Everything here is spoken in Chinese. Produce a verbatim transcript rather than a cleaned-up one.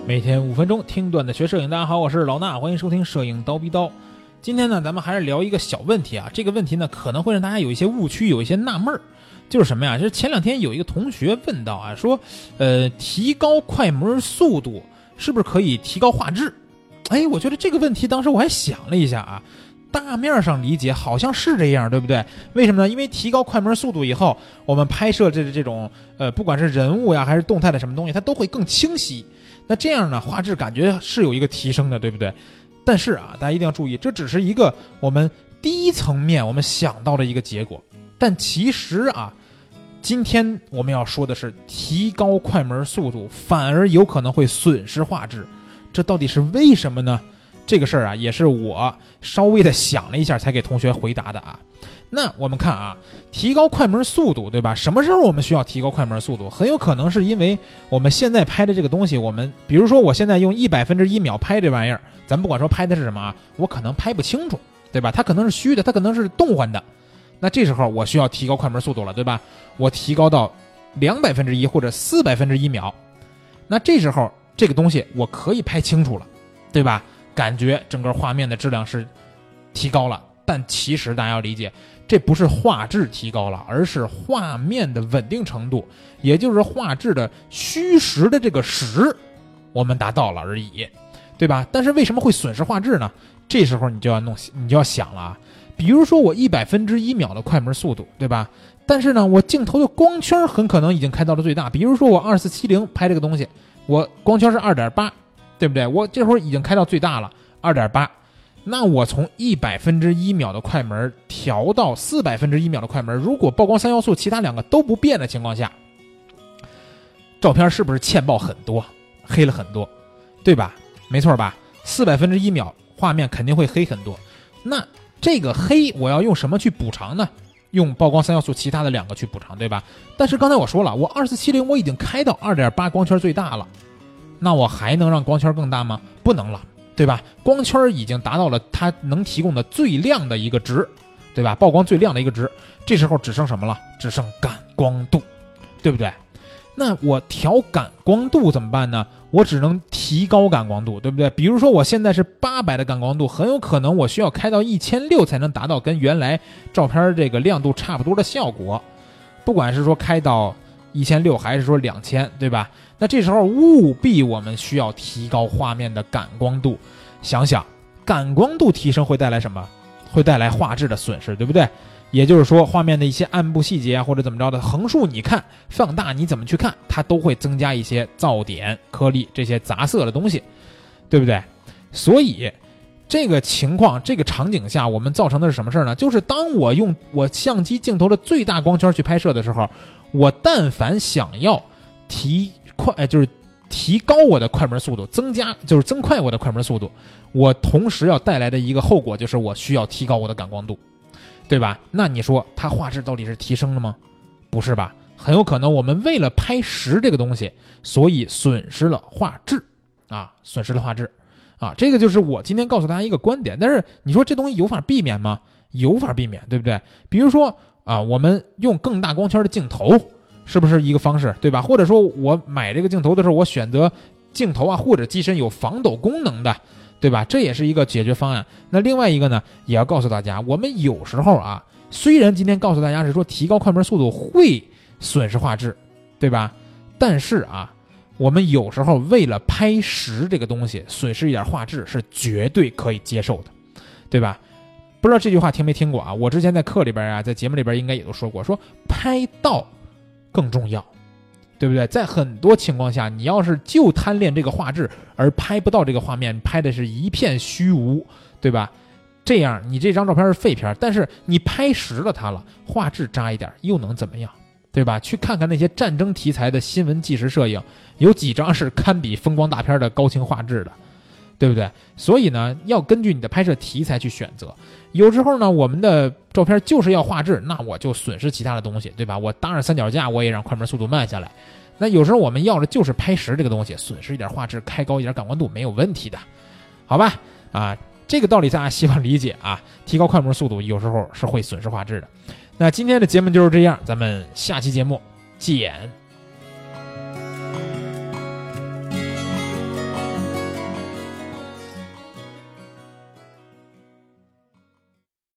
每天五分钟听段子学摄影，大家好，我是老衲，欢迎收听摄影刀逼刀。今天呢，咱们还是聊一个小问题啊，这个问题呢可能会让大家有一些误区，有一些纳闷儿，就是什么呀？就是前两天有一个同学问到啊，说，呃，提高快门速度是不是可以提高画质？哎，我觉得这个问题当时我还想了一下啊。大面上理解好像是这样，对不对？为什么呢？因为提高快门速度以后，我们拍摄这这种呃，不管是人物呀还是动态的什么东西，它都会更清晰。那这样呢，画质感觉是有一个提升的，对不对？但是啊，大家一定要注意，这只是一个我们第一层面我们想到的一个结果。但其实啊，今天我们要说的是，提高快门速度反而有可能会损失画质，这到底是为什么呢？这个事儿啊，也是我稍微的想了一下才给同学回答的啊。那我们看啊，提高快门速度，对吧？什么时候我们需要提高快门速度？很有可能是因为我们现在拍的这个东西，我们比如说我现在用一百分之一秒拍这玩意儿，咱不管说拍的是什么啊，我可能拍不清楚，对吧？它可能是虚的，它可能是动换的。那这时候我需要提高快门速度了，对吧？我提高到两百分之一或者四百分之一秒，那这时候这个东西我可以拍清楚了，对吧？感觉整个画面的质量是提高了，但其实大家要理解，这不是画质提高了，而是画面的稳定程度，也就是画质的虚实的这个实我们达到了而已，对吧？但是为什么会损失画质呢？这时候你就要弄你就要想了啊，比如说我一百分之一秒的快门速度，对吧？但是呢，我镜头的光圈很可能已经开到了最大，比如说我二四七零拍这个东西，我光圈是 二点八，对不对？我这会儿已经开到最大了 二点八， 那我从一百分之一秒的快门调到四百分之一秒的快门，如果曝光三要素其他两个都不变的情况下，照片是不是欠曝很多，黑了很多，对吧？没错吧？四百分之一秒画面肯定会黑很多。那这个黑我要用什么去补偿呢？用曝光三要素其他的两个去补偿，对吧？但是刚才我说了，我二四七零我已经开到 二点八 光圈最大了，那我还能让光圈更大吗？不能了，对吧？光圈已经达到了它能提供的最亮的一个值，对吧？曝光最亮的一个值，这时候只剩什么了？只剩感光度，对不对？那我调感光度怎么办呢？我只能提高感光度，对不对？比如说我现在是八百的感光度，很有可能我需要开到一千六百才能达到跟原来照片这个亮度差不多的效果。不管是说开到一千六百还是说两千，对吧？那这时候务必我们需要提高画面的感光度。想想感光度提升会带来什么？会带来画质的损失，对不对？也就是说画面的一些暗部细节啊，或者怎么着的，横竖你看，放大你怎么去看，它都会增加一些噪点、颗粒这些杂色的东西，对不对？所以这个情况这个场景下我们造成的是什么事呢？就是当我用我相机镜头的最大光圈去拍摄的时候，我但凡想要提快，就是提高我的快门速度，增加就是增快我的快门速度，我同时要带来的一个后果就是我需要提高我的感光度，对吧？那你说它画质到底是提升了吗？不是吧？很有可能我们为了拍实这个东西，所以损失了画质啊，损失了画质啊。这个就是我今天告诉大家一个观点。但是你说这东西有法避免吗？有法避免，对不对？比如说啊，我们用更大光圈的镜头，是不是一个方式，对吧？或者说我买这个镜头的时候，我选择镜头啊或者机身有防抖功能的，对吧？这也是一个解决方案。那另外一个呢，也要告诉大家，我们有时候啊，虽然今天告诉大家是说提高快门速度会损失画质，对吧？但是啊，我们有时候为了拍实这个东西，损失一点画质是绝对可以接受的，对吧？不知道这句话听没听过啊？我之前在课里边啊，在节目里边应该也都说过，说拍到更重要，对不对？在很多情况下，你要是就贪恋这个画质而拍不到这个画面，拍的是一片虚无，对吧？这样你这张照片是废片，但是你拍实了它了，画质渣一点又能怎么样，对吧？去看看那些战争题材的新闻纪实摄影，有几张是堪比风光大片的高清画质的，对不对？所以呢，要根据你的拍摄题材去选择。有时候呢，我们的照片就是要画质，那我就损失其他的东西，对吧？我搭上三脚架，我也让快门速度慢下来。那有时候我们要的就是拍实这个东西，损失一点画质，开高一点感光度，没有问题的，好吧？啊，这个道理大家希望理解啊。提高快门速度有时候是会损失画质的。那今天的节目就是这样，咱们下期节目见。